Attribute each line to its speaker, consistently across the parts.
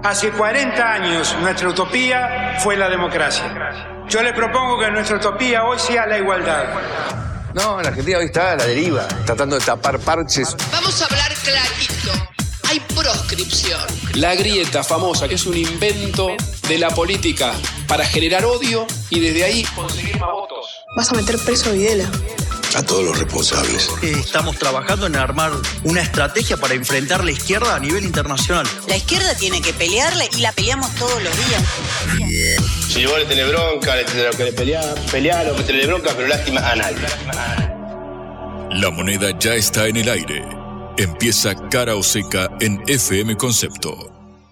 Speaker 1: Hace 40 años nuestra utopía fue la democracia. Yo le propongo que nuestra utopía hoy sea la igualdad.
Speaker 2: No, la Argentina hoy está a la deriva, tratando de tapar parches.
Speaker 3: Vamos a hablar clarito. Hay proscripción.
Speaker 4: La grieta famosa, que es un invento de la política para generar odio y desde ahí conseguir más votos.
Speaker 5: Vas a meter preso a Videla.
Speaker 2: A todos los responsables.
Speaker 6: Estamos trabajando en armar una estrategia para enfrentar la izquierda a nivel internacional.
Speaker 7: La izquierda tiene que pelearle y la peleamos todos los días.
Speaker 8: Si vos le tenés bronca, le tenés que pelear, o que tenés bronca, pero lástima a nadie.
Speaker 9: La moneda ya está en el aire. Empieza Cara o Seca en FM Concepto.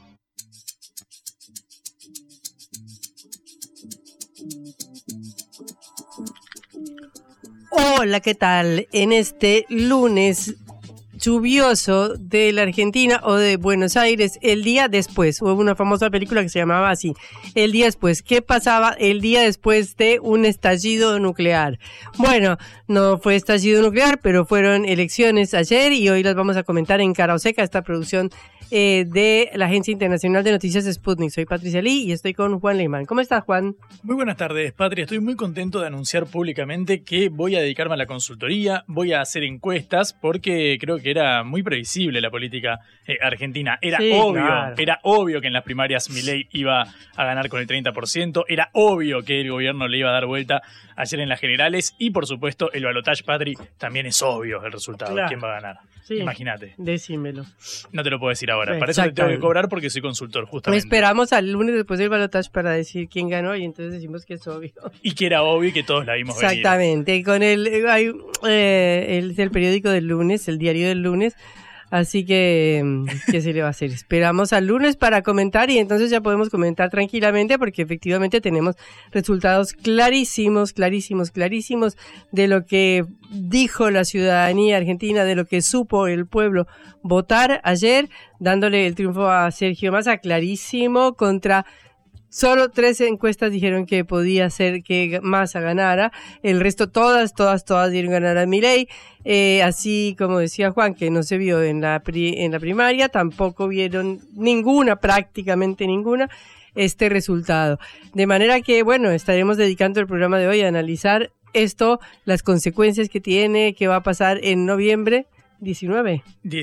Speaker 10: Hola, ¿qué tal? En este lunes lluvioso de la Argentina o de Buenos Aires, el día después, hubo una famosa película que se llamaba así, el día después. ¿Qué pasaba el día después de un estallido nuclear? Bueno, no fue estallido nuclear, pero fueron elecciones ayer y hoy las vamos a comentar en Cara o Seca, esta producción de la Agencia Internacional de Noticias Sputnik. Soy Patricia Lee y estoy con Juan Lehmann. ¿Cómo estás, Juan?
Speaker 11: Muy buenas tardes, Patria. Estoy muy contento de anunciar públicamente que voy a dedicarme a la consultoría, voy a hacer encuestas, porque creo que era muy previsible la política argentina. Era obvio que en las primarias Milei iba a ganar con el 30%, era obvio que el gobierno le iba a dar vuelta ayer en las generales y, por supuesto, el balotaje, Patri, también es obvio el resultado. Claro. ¿Quién va a ganar? Sí. Imagínate.
Speaker 10: Decímelo.
Speaker 11: No te lo puedo decir ahora. Para eso te tengo que cobrar porque soy consultor, justamente.
Speaker 10: Esperamos al lunes después del balotaje para decir quién ganó y entonces decimos que es obvio.
Speaker 11: Y que era obvio y que todos la vimos venir.
Speaker 10: Exactamente. Con el periódico del lunes, el diario del lunes. Así que, ¿qué se le va a hacer? Esperamos al lunes para comentar y entonces ya podemos comentar tranquilamente porque efectivamente tenemos resultados clarísimos de lo que dijo la ciudadanía argentina, de lo que supo el pueblo votar ayer, dándole el triunfo a Sergio Massa, clarísimo, contra... Solo 13 encuestas dijeron que podía ser que Massa ganara. El resto, todas dieron ganar a Milei. Así como decía Juan, que no se vio en la primaria, tampoco vieron prácticamente ninguna, este resultado. De manera que, bueno, estaremos dedicando el programa de hoy a analizar esto, las consecuencias que tiene, qué va a pasar en noviembre. 19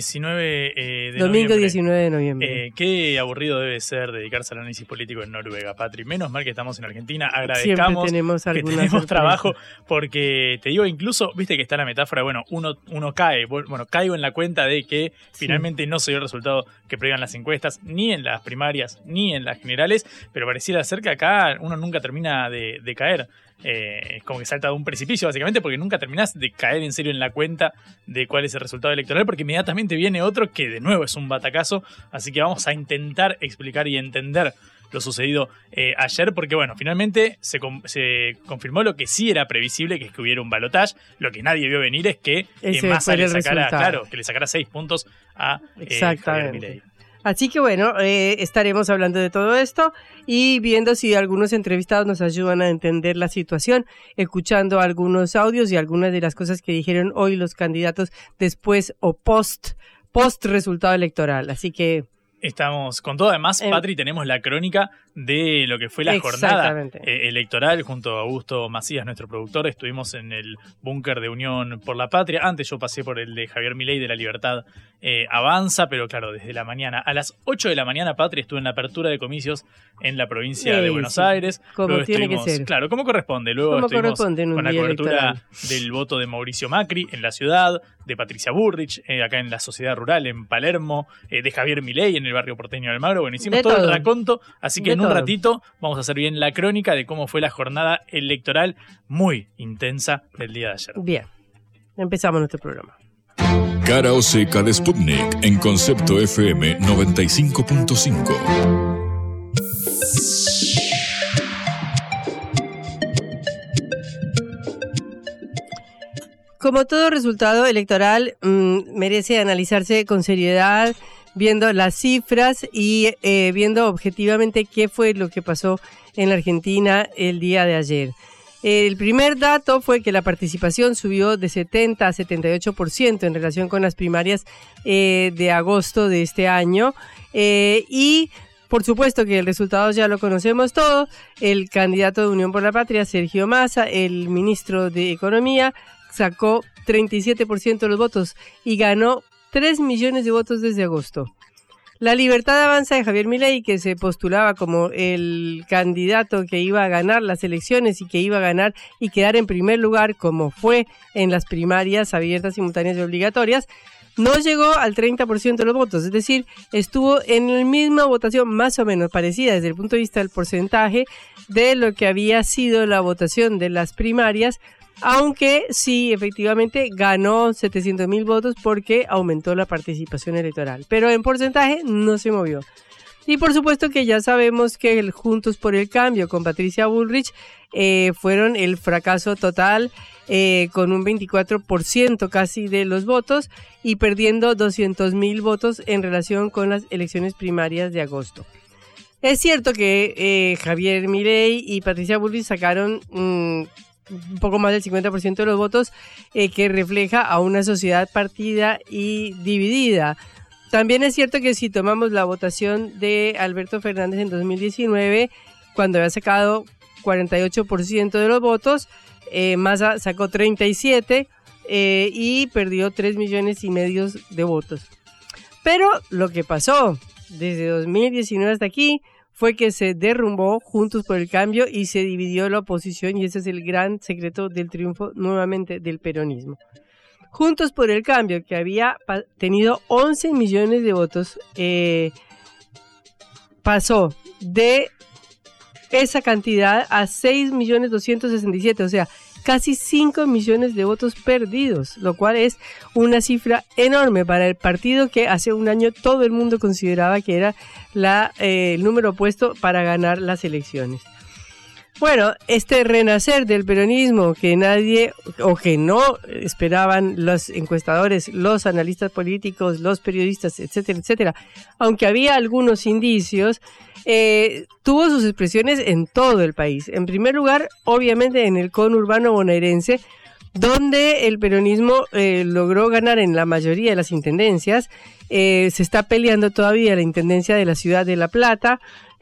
Speaker 10: de Domingo noviembre. 19 de noviembre.
Speaker 11: Qué aburrido debe ser dedicarse al análisis político en Noruega, Patri. Menos mal que estamos en Argentina. Agradezcamos que tenemos trabajo, porque te digo, incluso, viste que está la metáfora, bueno, uno cae. Bueno, caigo en la cuenta de que finalmente no se dio el resultado que prevían las encuestas, ni en las primarias, ni en las generales, pero pareciera ser que acá uno nunca termina de caer. Es como que salta de un precipicio, básicamente, porque nunca terminás de caer en serio en la cuenta de cuál es el resultado electoral, porque inmediatamente viene otro que de nuevo es un batacazo. Así que vamos a intentar explicar y entender lo sucedido ayer, porque bueno, finalmente se confirmó lo que sí era previsible, que es que hubiera un balotaje. Lo que nadie vio venir es que Massa le sacara 6 puntos a Javier Milei.
Speaker 10: Así que bueno, estaremos hablando de todo esto y viendo si algunos entrevistados nos ayudan a entender la situación, escuchando algunos audios y algunas de las cosas que dijeron hoy los candidatos después o post resultado electoral. Así que...
Speaker 11: Estamos con todo. Además, Patri, tenemos la crónica de lo que fue la jornada electoral junto a Augusto Macías, nuestro productor. Estuvimos en el búnker de Unión por la Patria. Antes yo pasé por el de Javier Milei de La Libertad Avanza, pero claro, desde la mañana. A las 8 de la mañana, Patri, estuve en la apertura de comicios en la provincia de Buenos Aires.
Speaker 10: Como tiene que ser.
Speaker 11: Claro, como corresponde. Luego estuvimos con la cobertura del voto de Mauricio Macri en la ciudad, de Patricia Bullrich, acá en la Sociedad Rural, en Palermo, de Javier Milei en el barrio porteño de Almagro. Bueno, hicimos todo el raconto, así que en un ratito vamos a hacer bien la crónica de cómo fue la jornada electoral muy intensa del día de ayer.
Speaker 10: Bien, empezamos nuestro programa.
Speaker 9: Cara o Seca de Sputnik en Concepto FM 95.5.
Speaker 10: Como todo resultado electoral, merece analizarse con seriedad, viendo las cifras y viendo objetivamente qué fue lo que pasó en la Argentina el día de ayer. El primer dato fue que la participación subió de 70 a 78% en relación con las primarias de agosto de este año y Por supuesto que el resultado ya lo conocemos todo. El candidato de Unión por la Patria, Sergio Massa, el ministro de Economía, sacó 37% de los votos y ganó 3 millones de votos desde agosto. La Libertad Avanza de Javier Milei, que se postulaba como el candidato que iba a ganar las elecciones y que iba a ganar y quedar en primer lugar, como fue en las primarias abiertas, simultáneas y obligatorias, no llegó al 30% de los votos, es decir, estuvo en la misma votación más o menos parecida desde el punto de vista del porcentaje de lo que había sido la votación de las primarias, aunque sí, efectivamente, ganó 700.000 votos porque aumentó la participación electoral, pero en porcentaje no se movió. Y por supuesto que ya sabemos que el Juntos por el Cambio con Patricia Bullrich fueron el fracaso total, con un 24% casi de los votos y perdiendo 200.000 votos en relación con las elecciones primarias de agosto. Es cierto que Javier Milei y Patricia Bullrich sacaron un poco más del 50% de los votos, que refleja a una sociedad partida y dividida. También es cierto que si tomamos la votación de Alberto Fernández en 2019, cuando había sacado 48% de los votos, Massa sacó 37% y perdió 3,5 millones de votos. Pero lo que pasó desde 2019 hasta aquí fue que se derrumbó Juntos por el Cambio y se dividió la oposición, y ese es el gran secreto del triunfo nuevamente del peronismo. Juntos por el Cambio, que había tenido 11 millones de votos, pasó de esa cantidad a 6.267.000, o sea, casi 5 millones de votos perdidos, lo cual es una cifra enorme para el partido que hace un año todo el mundo consideraba que era el número opuesto para ganar las elecciones. Bueno, este renacer del peronismo que nadie o que no esperaban los encuestadores, los analistas políticos, los periodistas, etcétera, etcétera, aunque había algunos indicios, tuvo sus expresiones en todo el país. En primer lugar, obviamente en el conurbano bonaerense, donde el peronismo logró ganar en la mayoría de las intendencias. Se está peleando todavía la intendencia de la ciudad de La Plata,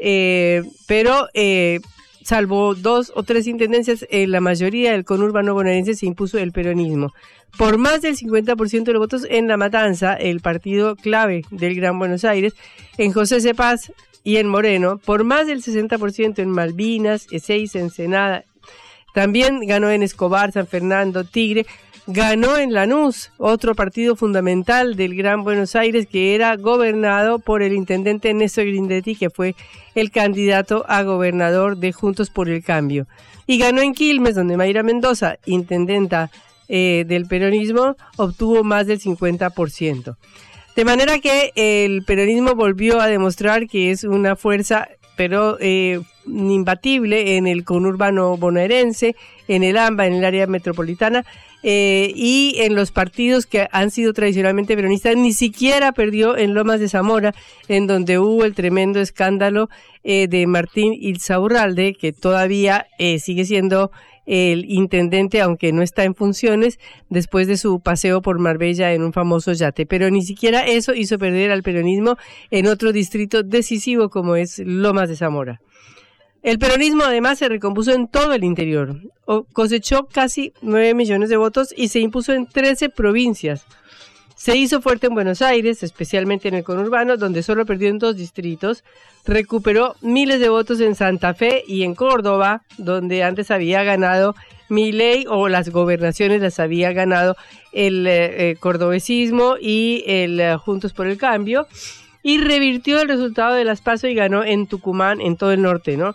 Speaker 10: pero salvo 2 o 3 intendencias, en la mayoría del conurbano bonaerense se impuso el peronismo. Por más del 50% de los votos en La Matanza, el partido clave del Gran Buenos Aires, en José Cepaz y en Moreno, por más del 60% en Malvinas, Ezeiza, Ensenada. También ganó en Escobar, San Fernando, Tigre. Ganó en Lanús, otro partido fundamental del Gran Buenos Aires, que era gobernado por el intendente Néstor Grindetti, que fue el candidato a gobernador de Juntos por el Cambio. Y ganó en Quilmes, donde Mayra Mendoza, intendenta del peronismo, obtuvo más del 50%. De manera que el peronismo volvió a demostrar que es una fuerza, pero imbatible en el conurbano bonaerense, en el AMBA, en el área metropolitana, y en los partidos que han sido tradicionalmente peronistas. Ni siquiera perdió en Lomas de Zamora, en donde hubo el tremendo escándalo de Martín Insaurralde, que todavía sigue siendo el intendente, aunque no está en funciones, después de su paseo por Marbella en un famoso yate. Pero ni siquiera eso hizo perder al peronismo en otro distrito decisivo como es Lomas de Zamora. El peronismo además se recompuso en todo el interior, cosechó casi 9 millones de votos y se impuso en 13 provincias. Se hizo fuerte en Buenos Aires, especialmente en el conurbano, donde solo perdió en 2 distritos. Recuperó miles de votos en Santa Fe y en Córdoba, donde antes había ganado Milei, o las gobernaciones las había ganado el cordobesismo y el Juntos por el Cambio. Y revirtió el resultado de las PASO y ganó en Tucumán, en todo el norte, ¿no?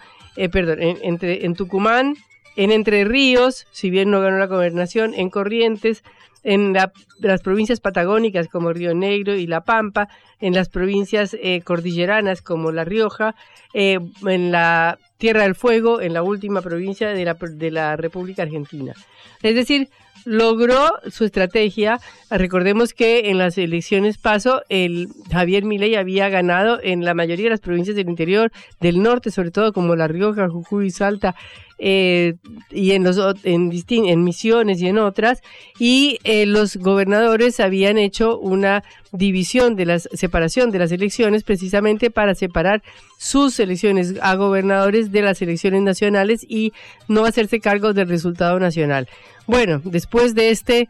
Speaker 10: En Tucumán, en Entre Ríos, si bien no ganó la gobernación, en Corrientes, en las provincias patagónicas como Río Negro y La Pampa, en las provincias cordilleranas como La Rioja, en la Tierra del Fuego, en la última provincia de la República Argentina. Es decir, logró su estrategia. Recordemos que en las elecciones PASO, el Javier Milei había ganado en la mayoría de las provincias del interior, del norte sobre todo, como La Rioja, Jujuy, Salta, y en Misiones y en otras, y los gobernadores habían hecho una división de la separación de las elecciones precisamente para separar sus elecciones a gobernadores de las elecciones nacionales y no hacerse cargo del resultado nacional. Bueno, después de este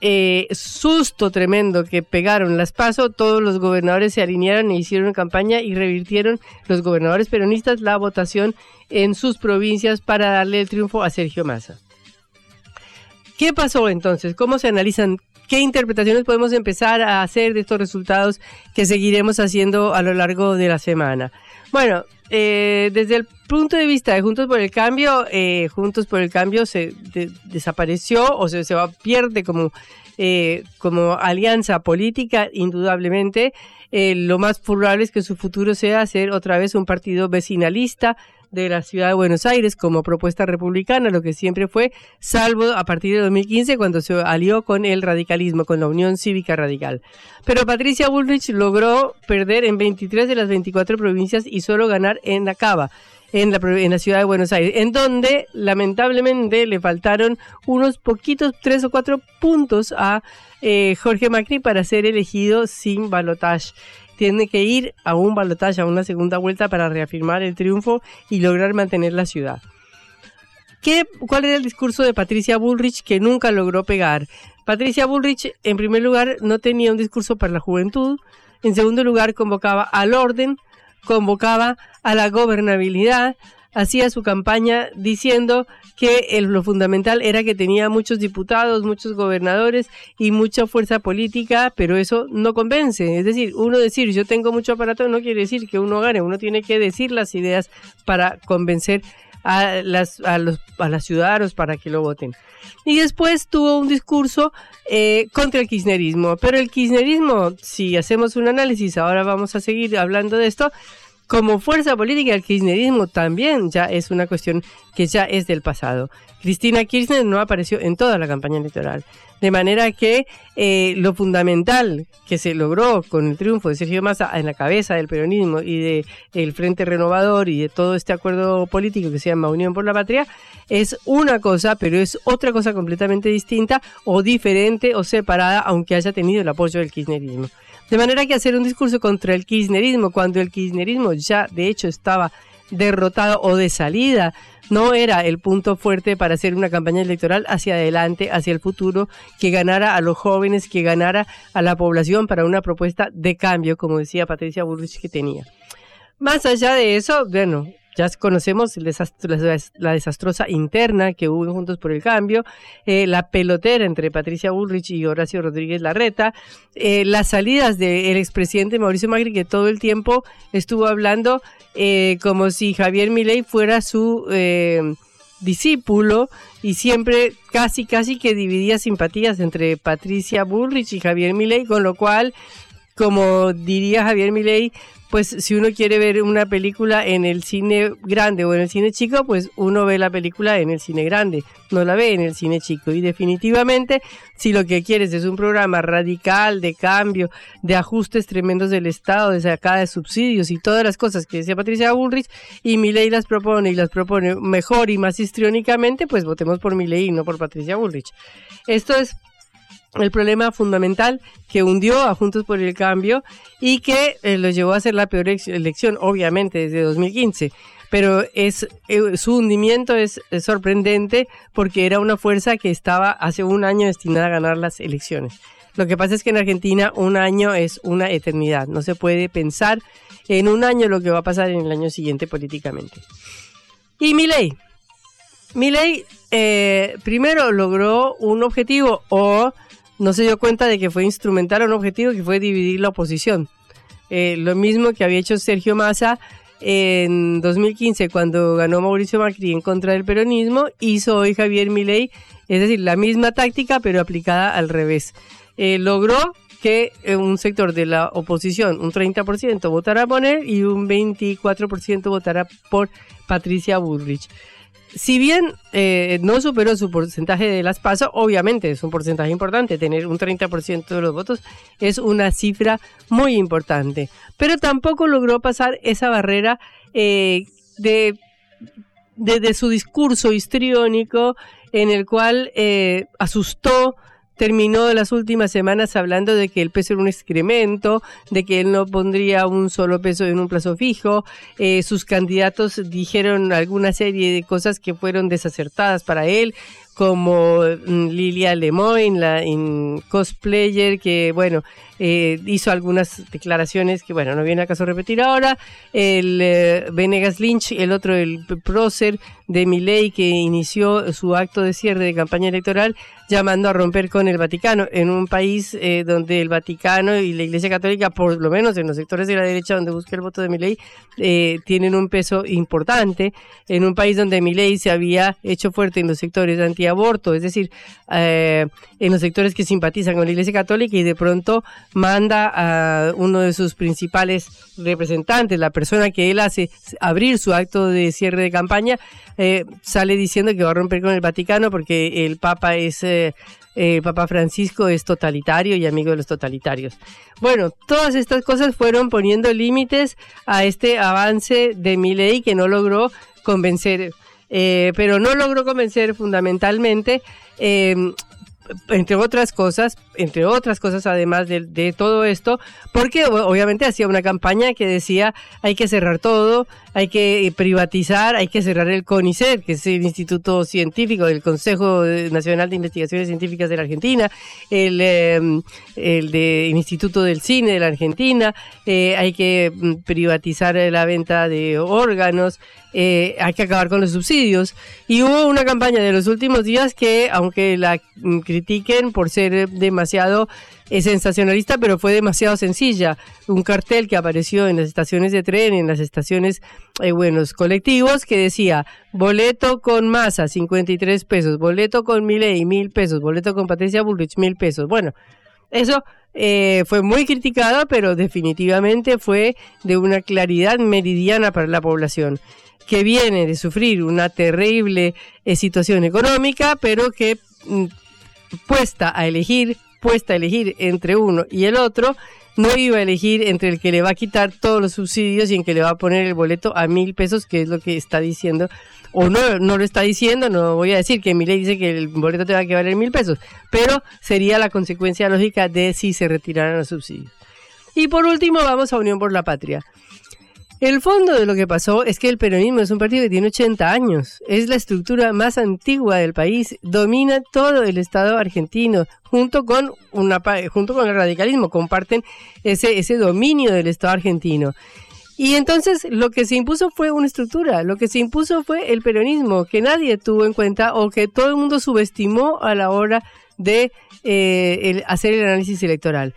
Speaker 10: susto tremendo que pegaron las PASO, todos los gobernadores se alinearon e hicieron campaña y revirtieron los gobernadores peronistas la votación en sus provincias para darle el triunfo a Sergio Massa. ¿Qué pasó entonces? ¿Cómo se analizan? ¿Qué interpretaciones podemos empezar a hacer de estos resultados que seguiremos haciendo a lo largo de la semana? Bueno, desde el punto de vista de Juntos por el Cambio, se desapareció o se pierde como alianza política, indudablemente. Lo más probable es que su futuro sea ser otra vez un partido vecinalista de la ciudad de Buenos Aires como propuesta republicana, lo que siempre fue, salvo a partir de 2015 cuando se alió con el radicalismo, con la Unión Cívica Radical. Pero Patricia Bullrich logró perder en 23 de las 24 provincias y solo ganar en la Cava, en la ciudad de Buenos Aires, en donde lamentablemente le faltaron unos poquitos, 3 o 4 puntos a Jorge Macri para ser elegido sin balotaje. Tiene que ir a un balotaje, a una segunda vuelta para reafirmar el triunfo y lograr mantener la ciudad. ¿Cuál era el discurso de Patricia Bullrich que nunca logró pegar? Patricia Bullrich, en primer lugar, no tenía un discurso para la juventud. En segundo lugar, convocaba al orden, convocaba a la gobernabilidad, hacía su campaña diciendo que lo fundamental era que tenía muchos diputados, muchos gobernadores y mucha fuerza política, pero eso no convence. Es decir, decir yo tengo mucho aparato no quiere decir que uno gane, uno tiene que decir las ideas para convencer a los ciudadanos para que lo voten. Y después tuvo un discurso contra el kirchnerismo, pero el kirchnerismo, si hacemos un análisis, ahora vamos a seguir hablando de esto, como fuerza política, el kirchnerismo también ya es una cuestión que ya es del pasado. Cristina Kirchner no apareció en toda la campaña electoral. De manera que lo fundamental que se logró con el triunfo de Sergio Massa en la cabeza del peronismo y del Frente Renovador y de todo este acuerdo político que se llama Unión por la Patria es una cosa, pero es otra cosa completamente distinta o diferente o separada, aunque haya tenido el apoyo del kirchnerismo. De manera que hacer un discurso contra el kirchnerismo, cuando el kirchnerismo ya de hecho estaba derrotado o de salida, no era el punto fuerte para hacer una campaña electoral hacia adelante, hacia el futuro, que ganara a los jóvenes, que ganara a la población para una propuesta de cambio, como decía Patricia Bullrich que tenía. Más allá de eso, bueno, ya conocemos la desastrosa interna que hubo en Juntos por el Cambio, la pelotera entre Patricia Bullrich y Horacio Rodríguez Larreta, las salidas del expresidente Mauricio Macri, que todo el tiempo estuvo hablando como si Javier Milei fuera su discípulo y siempre casi que dividía simpatías entre Patricia Bullrich y Javier Milei, con lo cual, como diría Javier Milei, pues si uno quiere ver una película en el cine grande o en el cine chico, pues uno ve la película en el cine grande, no la ve en el cine chico. Y definitivamente, si lo que quieres es un programa radical de cambio, de ajustes tremendos del Estado, de sacada de subsidios y todas las cosas que decía Patricia Bullrich, y Milei las propone mejor y más histriónicamente, pues votemos por Milei y no por Patricia Bullrich. Esto es el problema fundamental que hundió a Juntos por el Cambio y que lo llevó a ser la peor elección, obviamente, desde 2015. Pero su hundimiento es sorprendente porque era una fuerza que estaba hace un año destinada a ganar las elecciones. Lo que pasa es que en Argentina un año es una eternidad. No se puede pensar en un año lo que va a pasar en el año siguiente políticamente. Y Milei primero logró un objetivo o no se dio cuenta de que fue instrumental a un objetivo que fue dividir la oposición. Lo mismo que había hecho Sergio Massa en 2015 cuando ganó Mauricio Macri en contra del peronismo, hizo hoy Javier Milei, es decir, la misma táctica pero aplicada al revés. Logró que un sector de la oposición, un 30% votara por él y un 24% votara por Patricia Bullrich. Si bien no superó su porcentaje de las PASO, obviamente es un porcentaje importante, tener un 30% de los votos es una cifra muy importante, pero tampoco logró pasar esa barrera de de su discurso histriónico en el cual asustó. Terminó las últimas semanas hablando de que el peso era un excremento, de que él no pondría un solo peso en un plazo fijo. Sus candidatos dijeron alguna serie de cosas que fueron desacertadas para él, como Lilia Lemoyne, la cosplayer, que bueno, hizo algunas declaraciones que bueno, no viene a caso repetir ahora. El Venegas Lynch, el otro, el prócer de Milei, que inició su acto de cierre de campaña electoral llamando a romper con el Vaticano, en un país donde el Vaticano y la Iglesia Católica, por lo menos en los sectores de la derecha donde busca el voto de Milei, tienen un peso importante, en un país donde Milei se había hecho fuerte en los sectores antiaborto, es decir, en los sectores que simpatizan con la Iglesia Católica, y de pronto manda a uno de sus principales representantes, la persona que él hace abrir su acto de cierre de campaña, sale diciendo que va a romper con el Vaticano porque el Papa Papa Francisco es totalitario y amigo de los totalitarios. Bueno, todas estas cosas fueron poniendo límites a este avance de Milei, que no logró convencer, pero no logró convencer fundamentalmente, entre otras cosas además de todo esto, porque obviamente hacía una campaña que decía hay que cerrar todo, hay que privatizar, hay que cerrar el CONICET, que es el Instituto Científico del Consejo Nacional de Investigaciones Científicas de la Argentina, el Instituto del Cine de la Argentina, hay que privatizar la venta de órganos, hay que acabar con los subsidios. Y hubo una campaña de los últimos días que, aunque la critiquen por ser demasiado sensacionalista, pero fue demasiado sencilla. Un cartel que apareció en las estaciones de tren, en las estaciones, los colectivos, que decía: boleto con Massa, 53 pesos, boleto con Milei, 1.000 pesos, boleto con Patricia Bullrich, 1.000 pesos. Bueno, eso fue muy criticado, pero definitivamente fue de una claridad meridiana para la población, que viene de sufrir una terrible situación económica, pero que puesta a elegir entre uno y el otro, no iba a elegir entre el que le va a quitar todos los subsidios y en que le va a poner el boleto a 1.000 pesos, que es lo que está diciendo, o no lo está diciendo. No voy a decir que Milei dice que el boleto te va a valer 1.000 pesos, pero sería la consecuencia lógica de si se retiraran los subsidios. Y por último vamos a Unión por la Patria. El fondo de lo que pasó es que el peronismo es un partido que tiene 80 años, es la estructura más antigua del país, domina todo el Estado argentino, junto con el radicalismo, comparten ese dominio del Estado argentino. Y entonces lo que se impuso fue una estructura, lo que se impuso fue el peronismo, que nadie tuvo en cuenta o que todo el mundo subestimó a la hora de hacer el análisis electoral.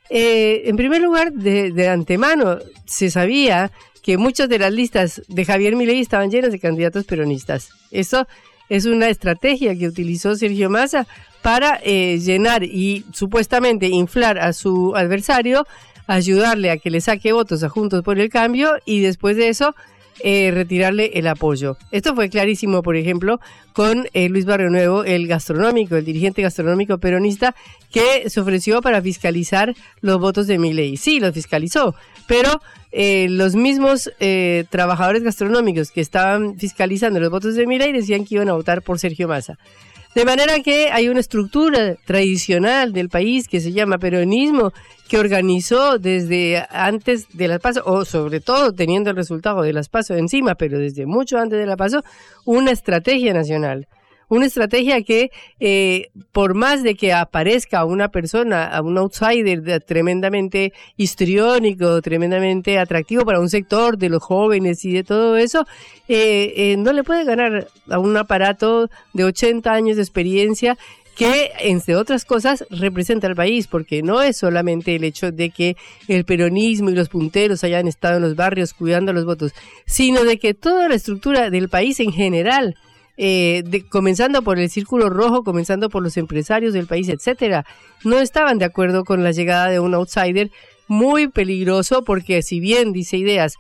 Speaker 10: En primer lugar, de antemano se sabía que muchas de las listas de Javier Milei estaban llenas de candidatos peronistas. Eso es una estrategia que utilizó Sergio Massa para llenar y supuestamente inflar a su adversario, ayudarle a que le saque votos a Juntos por el Cambio y después de eso retirarle el apoyo. Esto fue clarísimo, por ejemplo, con Luis Barrionuevo, el dirigente gastronómico peronista, que se ofreció para fiscalizar los votos de Milei. Sí, los fiscalizó, pero los mismos trabajadores gastronómicos que estaban fiscalizando los votos de Milei decían que iban a votar por Sergio Massa. De manera que hay una estructura tradicional del país que se llama peronismo, que organizó desde antes de las PASO, o sobre todo teniendo el resultado de las PASO encima, pero desde mucho antes de las PASO, una estrategia nacional. Una estrategia que, por más de que aparezca una persona, un outsider tremendamente histriónico, tremendamente atractivo para un sector de los jóvenes y de todo eso, no le puede ganar a un aparato de 80 años de experiencia que, entre otras cosas, representa al país, porque no es solamente el hecho de que el peronismo y los punteros hayan estado en los barrios cuidando los votos, sino de que toda la estructura del país en general, comenzando por el Círculo Rojo, comenzando por los empresarios del país, etcétera, no estaban de acuerdo con la llegada de un outsider muy peligroso, porque si bien dice ideas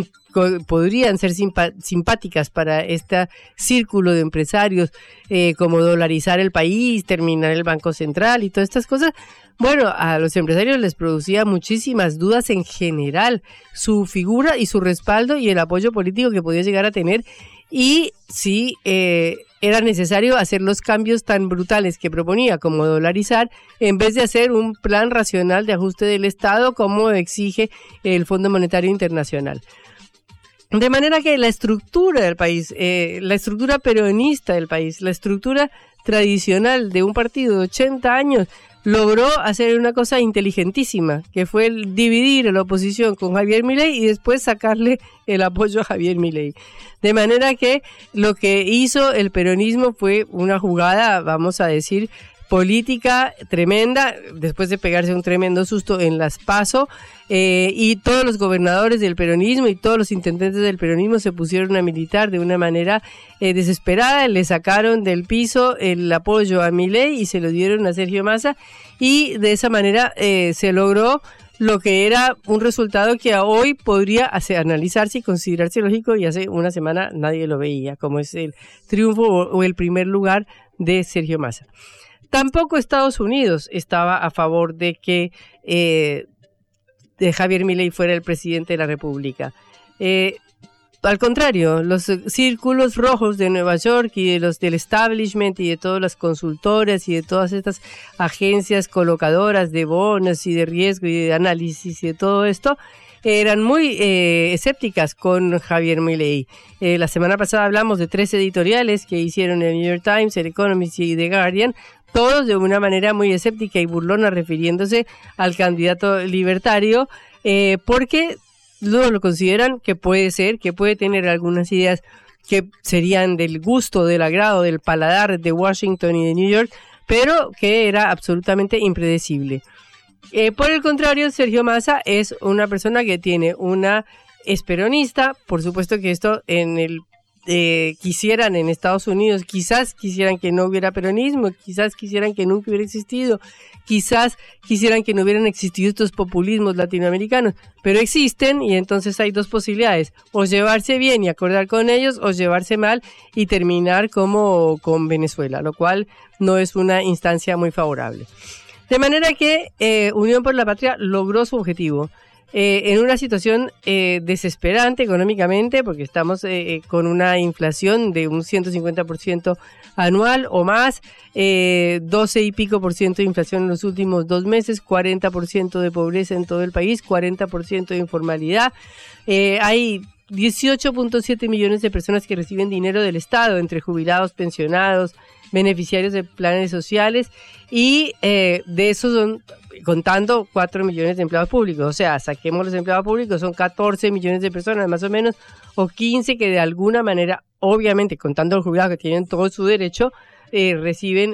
Speaker 10: podrían ser simpáticas para este círculo de empresarios, como dolarizar el país, terminar el Banco Central y todas estas cosas, bueno, a los empresarios les producía muchísimas dudas en general su figura y su respaldo y el apoyo político que podía llegar a tener y si era necesario hacer los cambios tan brutales que proponía, como dolarizar, en vez de hacer un plan racional de ajuste del Estado como exige el Fondo Monetario Internacional. De manera que la estructura del país, la estructura peronista del país, la estructura tradicional de un partido de 80 años, logró hacer una cosa inteligentísima, que fue el dividir a la oposición con Javier Milei y después sacarle el apoyo a Javier Milei. De manera que lo que hizo el peronismo fue una jugada, vamos a decir, política tremenda, después de pegarse un tremendo susto en las PASO, y todos los gobernadores del peronismo y todos los intendentes del peronismo se pusieron a militar de una manera desesperada, le sacaron del piso el apoyo a Milei y se lo dieron a Sergio Massa, y de esa manera se logró lo que era un resultado que hoy podría analizarse y considerarse lógico, y hace una semana nadie lo veía, como es el triunfo o el primer lugar de Sergio Massa. Tampoco Estados Unidos estaba a favor de que Javier Milei fuera el presidente de la República. Al contrario, los círculos rojos de Nueva York y de los del establishment y de todas las consultoras y de todas estas agencias colocadoras de bonos y de riesgo y de análisis y de todo esto, eran muy escépticas con Javier Milei. La semana pasada hablamos de 3 editoriales que hicieron el New York Times, el Economist y The Guardian, todos de una manera muy escéptica y burlona, refiriéndose al candidato libertario, porque luego lo consideran que puede ser, que puede tener algunas ideas que serían del gusto, del agrado, del paladar de Washington y de New York, pero que era absolutamente impredecible. Por el contrario, Sergio Massa es una persona que es peronista. Por supuesto que esto quisieran en Estados Unidos, quizás quisieran que no hubiera peronismo, quizás quisieran que nunca hubiera existido, quizás quisieran que no hubieran existido estos populismos latinoamericanos, pero existen, y entonces hay 2 posibilidades: o llevarse bien y acordar con ellos, o llevarse mal y terminar como con Venezuela, lo cual no es una instancia muy favorable. De manera que Unión por la Patria logró su objetivo. En una situación desesperante económicamente, porque estamos con una inflación de un 150% anual o más, 12 y pico por ciento de inflación en los últimos 2 meses, 40% de pobreza en todo el país, 40% de informalidad. Hay 18.7 millones de personas que reciben dinero del Estado, entre jubilados, pensionados, beneficiarios de planes sociales, y de esos son, contando 4 millones de empleados públicos, o sea, saquemos los empleados públicos, son 14 millones de personas más o menos, o 15 que de alguna manera, obviamente contando los jubilados que tienen todo su derecho, reciben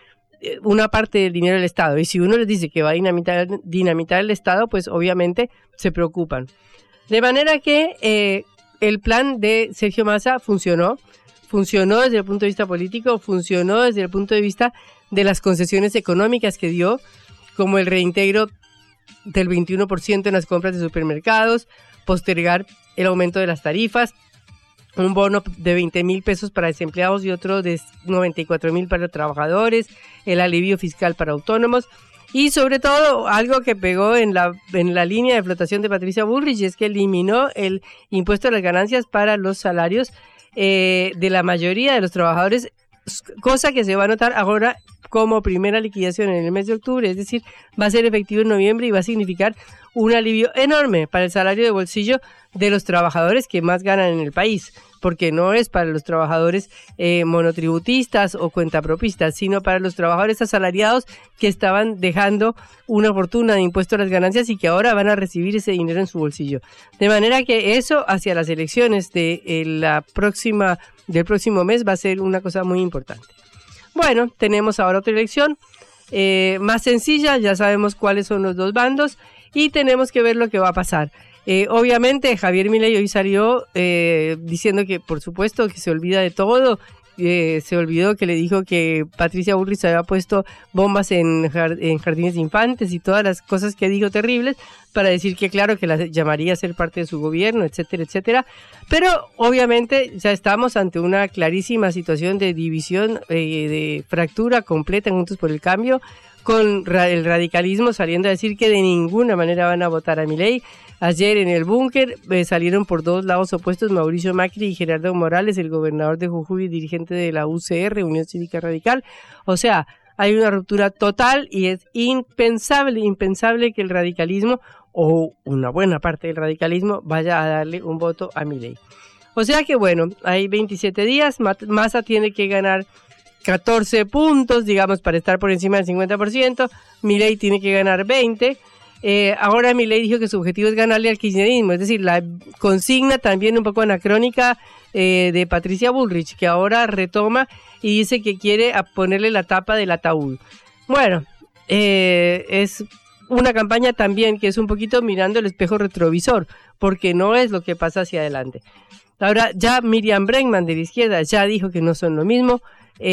Speaker 10: una parte del dinero del Estado, y si uno les dice que va a dinamitar el Estado, pues obviamente se preocupan. De manera que el plan de Sergio Massa funcionó desde el punto de vista político, funcionó desde el punto de vista de las concesiones económicas que dio, como el reintegro del 21% en las compras de supermercados, postergar el aumento de las tarifas, un bono de 20,000 pesos para desempleados y otro de 94,000 para trabajadores, el alivio fiscal para autónomos, y sobre todo algo que pegó en la línea de flotación de Patricia Bullrich, es que eliminó el impuesto a las ganancias para los salarios de la mayoría de los trabajadores, cosa que se va a notar ahora como primera liquidación en el mes de octubre, es decir, va a ser efectivo en noviembre y va a significar un alivio enorme para el salario de bolsillo de los trabajadores que más ganan en el país, porque no es para los trabajadores monotributistas o cuentapropistas, sino para los trabajadores asalariados que estaban dejando una fortuna de impuesto a las ganancias y que ahora van a recibir ese dinero en su bolsillo. De manera que eso hacia las elecciones del próximo mes va a ser una cosa muy importante. Bueno, tenemos ahora otra elección más sencilla, ya sabemos cuáles son los 2 bandos y tenemos que ver lo que va a pasar. Obviamente Javier Milei hoy salió diciendo que por supuesto que se olvida de todo, se olvidó que le dijo que Patricia Bullrich había puesto bombas en jardines de infantes y todas las cosas que dijo terribles, para decir que claro que las llamaría a ser parte de su gobierno, etcétera, etcétera. Pero obviamente ya estamos ante una clarísima situación de división, de fractura completa en Juntos por el Cambio. con el radicalismo saliendo a decir que de ninguna manera van a votar a Milei. Ayer en el búnker salieron por dos lados opuestos Mauricio Macri y Gerardo Morales, el gobernador de Jujuy, dirigente de la UCR, Unión Cívica Radical. O sea, hay una ruptura total y es impensable que el radicalismo o una buena parte del radicalismo vaya a darle un voto a Milei. O sea que bueno, hay 27 días, Massa tiene que ganar 14 puntos, digamos, para estar por encima del 50%, Milei tiene que ganar 20%. Ahora Milei dijo que su objetivo es ganarle al kirchnerismo, es decir, la consigna también un poco anacrónica de Patricia Bullrich, que ahora retoma y dice que quiere ponerle la tapa del ataúd. Bueno, es una campaña también que es un poquito mirando el espejo retrovisor, porque no es lo que pasa hacia adelante. Ahora ya Miriam Bregman de la izquierda ya dijo que no son lo mismo,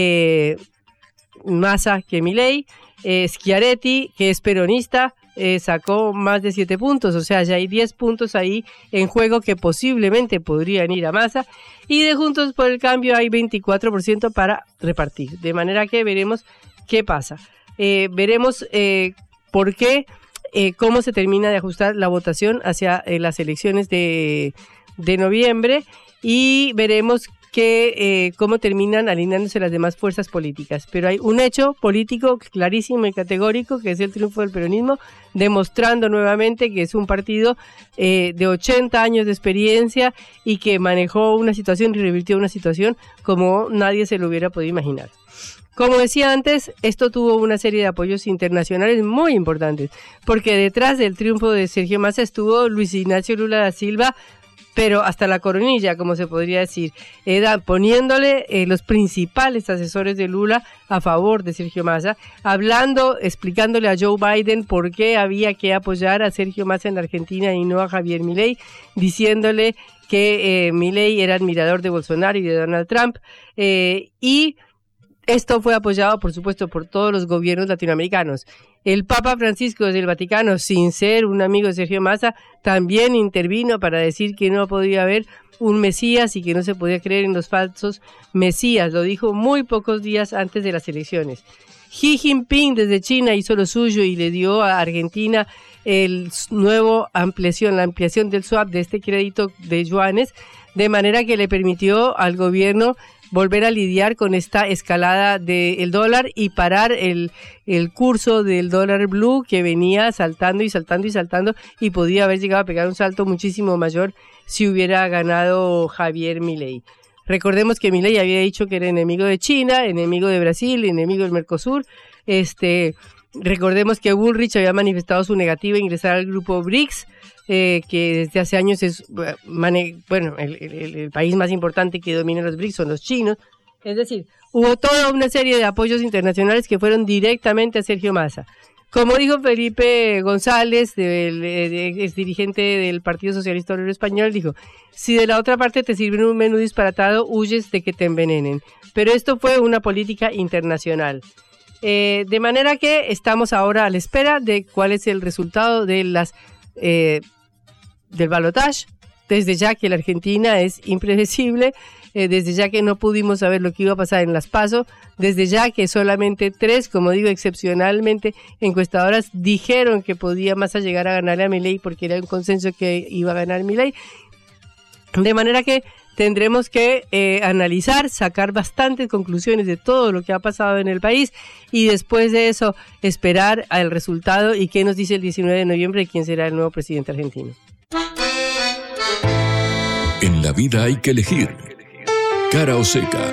Speaker 10: Massa que Milei, Schiaretti, que es peronista, sacó más de 7 puntos, o sea, ya hay 10 puntos ahí en juego que posiblemente podrían ir a Massa, y de Juntos por el Cambio hay 24% para repartir, de manera que veremos qué pasa. Veremos por qué, cómo se termina de ajustar la votación hacia las elecciones de noviembre, y veremos cómo terminan alineándose las demás fuerzas políticas. Pero hay un hecho político clarísimo y categórico, que es el triunfo del peronismo, demostrando nuevamente que es un partido de 80 años de experiencia y que manejó una situación y revirtió una situación como nadie se lo hubiera podido imaginar. Como decía antes, esto tuvo una serie de apoyos internacionales muy importantes, porque detrás del triunfo de Sergio Massa estuvo Luis Ignacio Lula da Silva, pero hasta la coronilla, como se podría decir, poniéndole los principales asesores de Lula a favor de Sergio Massa, explicándole a Joe Biden por qué había que apoyar a Sergio Massa en la Argentina y no a Javier Milei, diciéndole que Milei era admirador de Bolsonaro y de Donald Trump, y esto fue apoyado, por supuesto, por todos los gobiernos latinoamericanos. El Papa Francisco desde el Vaticano, sin ser un amigo de Sergio Massa, también intervino para decir que no podía haber un Mesías y que no se podía creer en los falsos Mesías. Lo dijo muy pocos días antes de las elecciones. Xi Jinping desde China hizo lo suyo y le dio a Argentina la ampliación del swap de este crédito de yuanes, de manera que le permitió al gobierno volver a lidiar con esta escalada del dólar y parar el curso del dólar blue, que venía saltando y saltando y saltando, y podía haber llegado a pegar un salto muchísimo mayor si hubiera ganado Javier Milei. Recordemos que Milei había dicho que era enemigo de China, enemigo de Brasil, enemigo del Mercosur. Recordemos que Bullrich había manifestado su negativa a ingresar al grupo BRICS, que desde hace años es, el país más importante que domina los BRICS son los chinos. Es decir, hubo toda una serie de apoyos internacionales que fueron directamente a Sergio Massa. Como dijo Felipe González, ex dirigente del Partido Socialista Obrero Español, dijo: si de la otra parte te sirven un menú disparatado, huyes de que te envenenen. Pero esto fue una política internacional. De manera que estamos ahora a la espera de cuál es el resultado de del balotaje, desde ya que la Argentina es impredecible, desde ya que no pudimos saber lo que iba a pasar en las PASO, desde ya que solamente 3, como digo, excepcionalmente encuestadoras dijeron que podía Massa llegar a ganarle a Milei porque era un consenso que iba a ganar Milei, de manera que tendremos que analizar, sacar bastantes conclusiones de todo lo que ha pasado en el país y después de eso esperar al resultado y qué nos dice el 19 de noviembre de quién será el nuevo presidente argentino.
Speaker 9: En la vida hay que elegir. Cara o seca.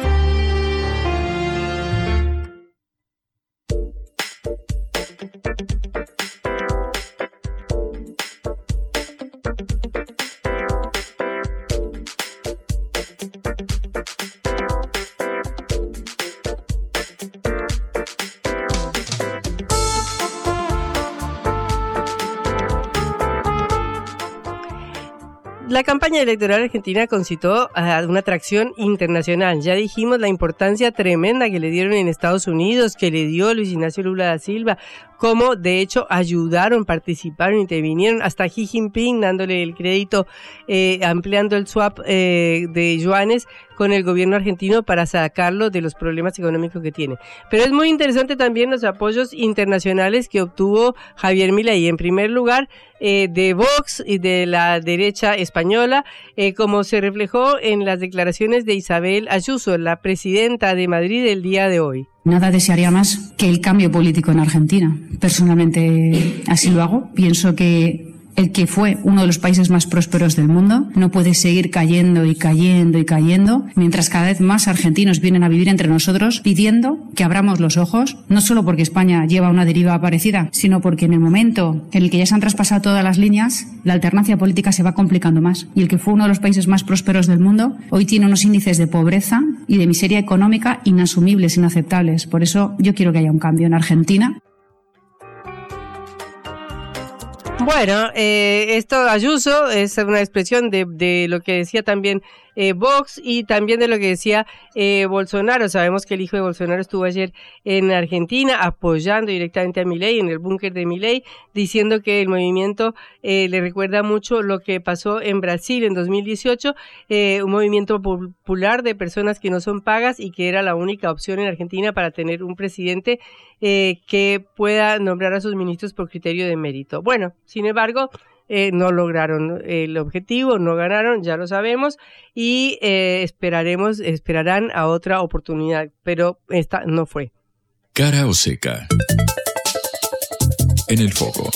Speaker 10: La campaña electoral argentina concitó a una atracción internacional. Ya dijimos la importancia tremenda que le dieron en Estados Unidos, que le dio Luis Ignacio Lula da Silva, como de hecho ayudaron, participaron, intervinieron, hasta Xi Jinping dándole el crédito, ampliando el swap de yuanes con el gobierno argentino para sacarlo de los problemas económicos que tiene. Pero es muy interesante también los apoyos internacionales que obtuvo Javier Milei, en primer lugar de Vox y de la derecha española, como se reflejó en las declaraciones de Isabel Ayuso, la presidenta de Madrid, el día de hoy.
Speaker 5: Nada desearía más que el cambio político en Argentina. Personalmente así lo hago. Pienso que el que fue uno de los países más prósperos del mundo no puede seguir cayendo y cayendo y cayendo, mientras cada vez más argentinos vienen a vivir entre nosotros pidiendo que abramos los ojos, no solo porque España lleva una deriva parecida, sino porque en el momento en el que ya se han traspasado todas las líneas, la alternancia política se va complicando más. Y el que fue uno de los países más prósperos del mundo hoy tiene unos índices de pobreza y de miseria económica inasumibles, inaceptables. Por eso yo quiero que haya un cambio en Argentina.
Speaker 10: Bueno, esto Ayuso es una expresión de lo que decía también Vox y también de lo que decía Bolsonaro. Sabemos que el hijo de Bolsonaro estuvo ayer en Argentina apoyando directamente a Milei, en el búnker de Milei, diciendo que el movimiento le recuerda mucho lo que pasó en Brasil en 2018, un movimiento popular de personas que no son pagas y que era la única opción en Argentina para tener un presidente que pueda nombrar a sus ministros por criterio de mérito. Bueno, sin embargo, no lograron el objetivo, no ganaron, ya lo sabemos, y esperarán a otra oportunidad, pero esta no fue.
Speaker 9: Cara o seca. En el foco.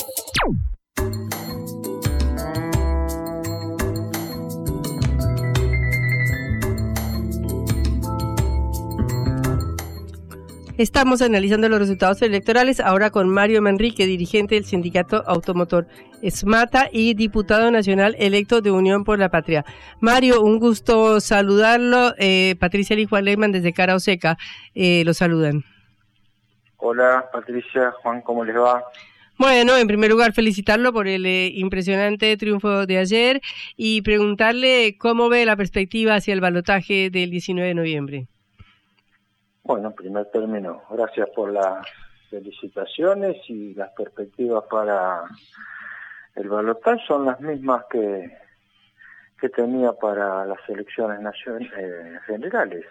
Speaker 10: Estamos analizando los resultados electorales ahora con Mario Manrique, dirigente del sindicato automotor SMATA y diputado nacional electo de Unión por la Patria. Mario, un gusto saludarlo. Patricia y Juan Lehmann desde Cara o Seca lo saludan.
Speaker 12: Hola Patricia, Juan, ¿cómo les va?
Speaker 10: Bueno, en primer lugar felicitarlo por el impresionante triunfo de ayer y preguntarle cómo ve la perspectiva hacia el balotaje del 19 de noviembre.
Speaker 12: Bueno, en primer término, gracias por las felicitaciones y las perspectivas para el balotaje son las mismas que tenía para las elecciones generales.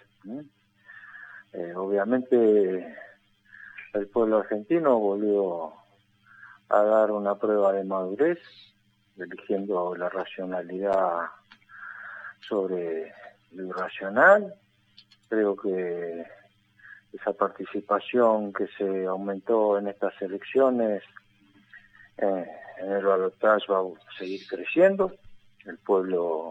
Speaker 12: Obviamente el pueblo argentino volvió a dar una prueba de madurez, eligiendo la racionalidad sobre lo irracional. Creo que esa participación que se aumentó en estas elecciones en el balotaje va a seguir creciendo. El pueblo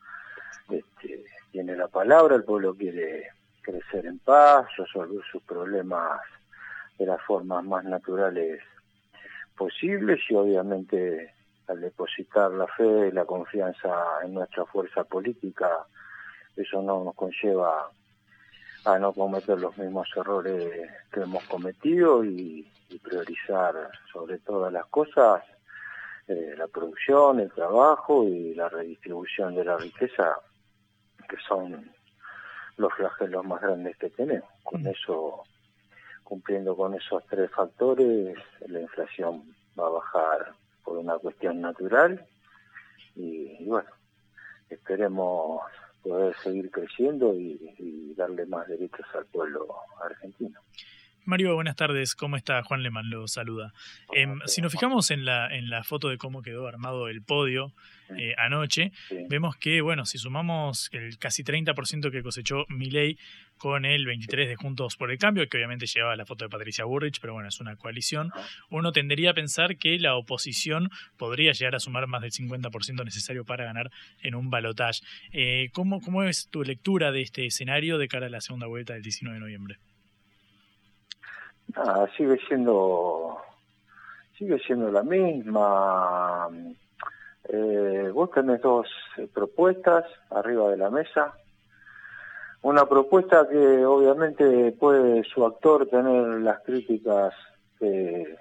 Speaker 12: tiene la palabra, el pueblo quiere crecer en paz, resolver sus problemas de las formas más naturales posibles y obviamente al depositar la fe y la confianza en nuestra fuerza política, eso no nos conlleva a no cometer los mismos errores que hemos cometido y priorizar sobre todas las cosas la producción, el trabajo y la redistribución de la riqueza, que son los flagelos más grandes que tenemos. Con eso, cumpliendo con esos tres factores, la inflación va a bajar por una cuestión natural y bueno, esperemos poder seguir creciendo y darle más derechos al pueblo argentino.
Speaker 11: Mario, buenas tardes. ¿Cómo está? Juan Lehmann lo saluda. Si nos fijamos en la foto de cómo quedó armado el podio anoche, vemos que, bueno, si sumamos el casi 30% que cosechó Milei con el 23% de Juntos por el Cambio, que obviamente llevaba la foto de Patricia Bullrich, pero bueno, es una coalición, uno tendería a pensar que la oposición podría llegar a sumar más del 50% necesario para ganar en un balotaje. ¿Cómo es tu lectura de este escenario de cara a la segunda vuelta del 19 de noviembre?
Speaker 12: Sigue siendo la misma. Vos tenés dos propuestas arriba de la mesa. Una propuesta que obviamente puede su actor tener las críticas de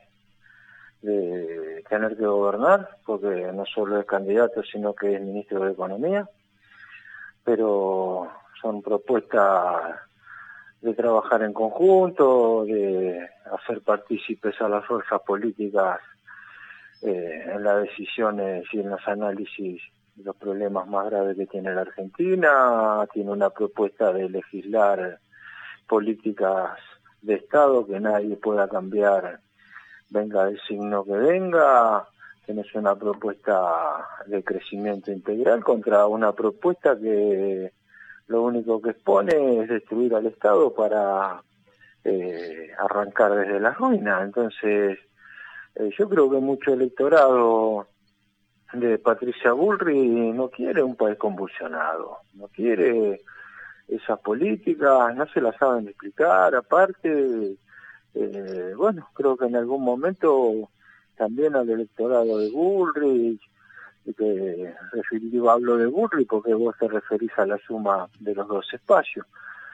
Speaker 12: tener que gobernar, porque no solo es candidato, sino que es ministro de Economía, pero son propuestas trabajar en conjunto, de hacer partícipes a las fuerzas políticas en las decisiones y en los análisis de los problemas más graves que tiene la Argentina. Tiene una propuesta de legislar políticas de Estado que nadie pueda cambiar, venga del signo que venga. Tenés una propuesta de crecimiento integral contra una propuesta que lo único que expone es destruir al Estado para arrancar desde la ruina. Entonces, yo creo que mucho electorado de Patricia Bullrich no quiere un país convulsionado, no quiere esas políticas, no se las saben explicar. Aparte, bueno, creo que en algún momento también al electorado de Bullrich, que hablo de Bullrich porque vos te referís a la suma de los dos espacios,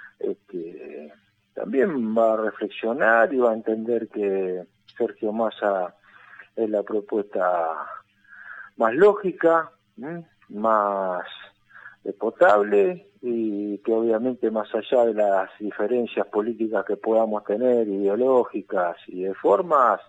Speaker 12: también va a reflexionar y va a entender que Sergio Massa es la propuesta más lógica, más potable, y que obviamente más allá de las diferencias políticas que podamos tener, ideológicas y de formas,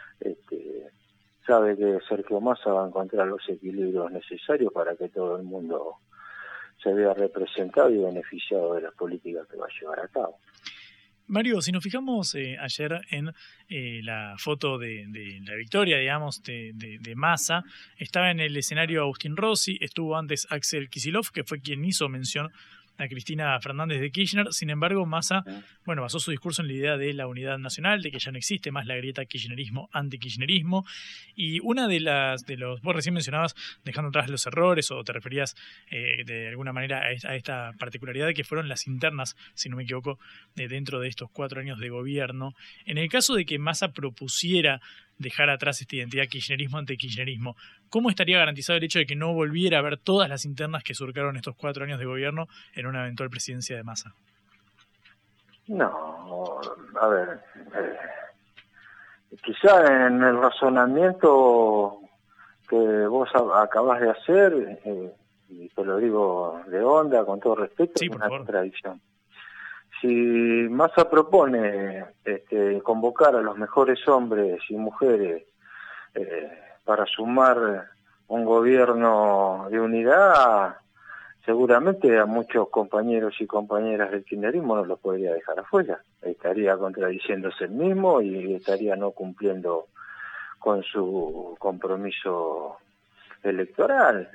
Speaker 12: sabe que Sergio Massa va a encontrar los equilibrios necesarios para que todo el mundo se vea representado y beneficiado de las políticas que va a llevar a cabo.
Speaker 11: Mario, si nos fijamos ayer en la foto de la victoria, digamos, de Massa, estaba en el escenario Agustín Rossi, estuvo antes Axel Kicillof, que fue quien hizo mención a Cristina Fernández de Kirchner. Sin embargo, Massa, bueno, basó su discurso en la idea de la unidad nacional, de que ya no existe más la grieta kirchnerismo-antikirchnerismo, y una de los, vos recién mencionabas, dejando atrás los errores, o te referías de alguna manera a esta particularidad que fueron las internas, si no me equivoco, dentro de estos 4 años de gobierno. En el caso de que Massa propusiera dejar atrás esta identidad kirchnerismo-antikirchnerismo, ¿cómo estaría garantizado el hecho de que no volviera a haber todas las internas que surcaron estos 4 años de gobierno en una eventual presidencia de Massa?
Speaker 12: No, a ver, quizá en el razonamiento que vos acabás de hacer, y te lo digo de onda, con todo respeto,
Speaker 11: sí,
Speaker 12: es una contradicción. Si Massa propone convocar a los mejores hombres y mujeres para sumar un gobierno de unidad, seguramente a muchos compañeros y compañeras del kirchnerismo no los podría dejar afuera. Estaría contradiciéndose el mismo y estaría no cumpliendo con su compromiso electoral.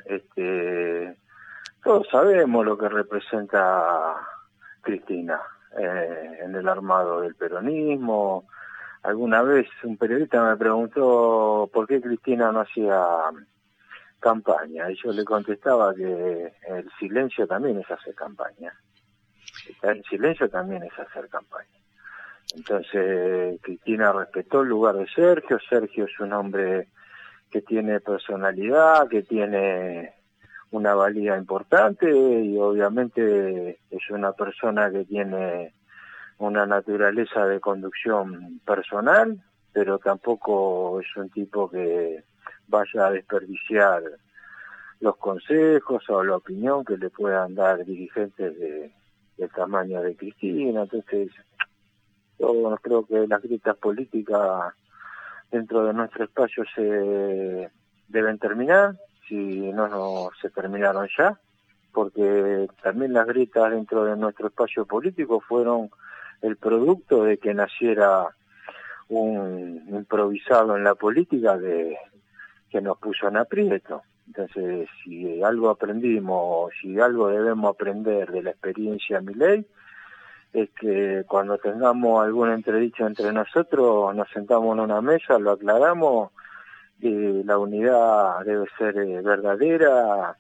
Speaker 12: Todos sabemos lo que representa Cristina en el armado del peronismo. Alguna vez un periodista me preguntó por qué Cristina no hacía campaña, y yo le contestaba que el silencio también es hacer campaña. Estar en silencio también es hacer campaña. Entonces Cristina respetó el lugar de Sergio. Sergio es un hombre que tiene personalidad, que tiene una valía importante, y obviamente es una persona que tiene una naturaleza de conducción personal, pero tampoco es un tipo que vaya a desperdiciar los consejos o la opinión que le puedan dar dirigentes del tamaño de Cristina. Entonces, yo creo que las grietas políticas dentro de nuestro espacio se deben terminar, si no se terminaron ya, porque también las grietas dentro de nuestro espacio político fueron el producto de que naciera un improvisado en la política que nos puso en aprieto. Entonces, si algo aprendimos, si algo debemos aprender de la experiencia Milei, es que cuando tengamos algún entredicho entre nosotros, nos sentamos en una mesa, lo aclaramos, y la unidad debe ser verdadera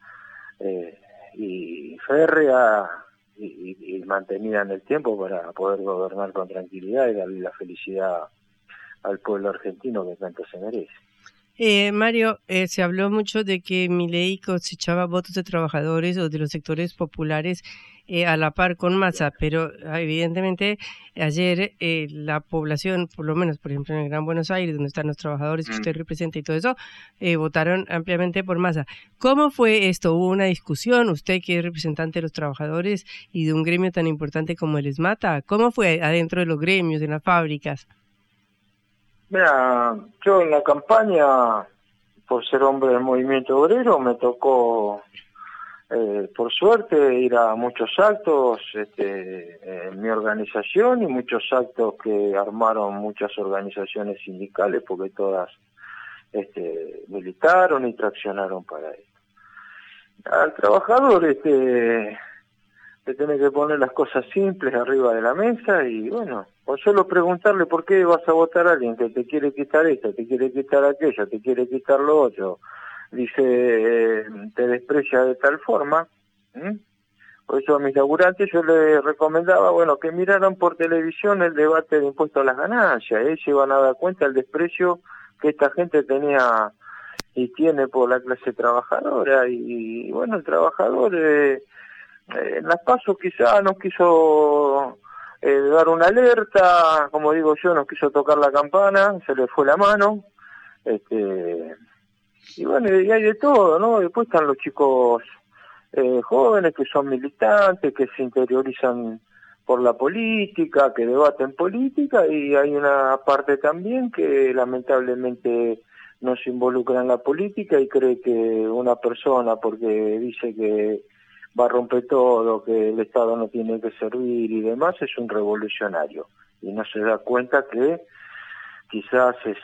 Speaker 12: y férrea y mantenida en el tiempo para poder gobernar con tranquilidad y darle la felicidad al pueblo argentino que tanto se merece.
Speaker 10: Mario, se habló mucho de que Milei cosechaba votos de trabajadores o de los sectores populares a la par con Massa, pero evidentemente ayer la población, por lo menos por ejemplo en el Gran Buenos Aires, donde están los trabajadores que usted representa y todo eso, votaron ampliamente por Massa. ¿Cómo fue esto? ¿Hubo una discusión? Usted que es representante de los trabajadores y de un gremio tan importante como el ESMATA, ¿cómo fue adentro de los gremios, en las fábricas?
Speaker 12: Mira, yo en la campaña, por ser hombre del movimiento obrero, me tocó, por suerte, ir a muchos actos en mi organización y muchos actos que armaron muchas organizaciones sindicales, porque todas militaron y traccionaron para esto. Al trabajador le tiene que poner las cosas simples arriba de la mesa y bueno, o solo preguntarle por qué vas a votar a alguien que te quiere quitar esto, te quiere quitar aquello, te quiere quitar lo otro, dice, te desprecia de tal forma. Por eso a mis laburantes yo les recomendaba, bueno, que miraran por televisión el debate de impuestos a las ganancias, se van a dar cuenta del desprecio que esta gente tenía y tiene por la clase trabajadora y bueno, el trabajador en las PASO quizá no quiso dar una alerta, como digo yo, no quiso tocar la campana, se le fue la mano, y bueno, y hay de todo, ¿no? Después están los chicos jóvenes que son militantes, que se interiorizan por la política, que debaten política, y hay una parte también que lamentablemente no se involucra en la política y cree que una persona, porque dice que va a romper todo, que el Estado no tiene que servir y demás, es un revolucionario. Y no se da cuenta que quizás es,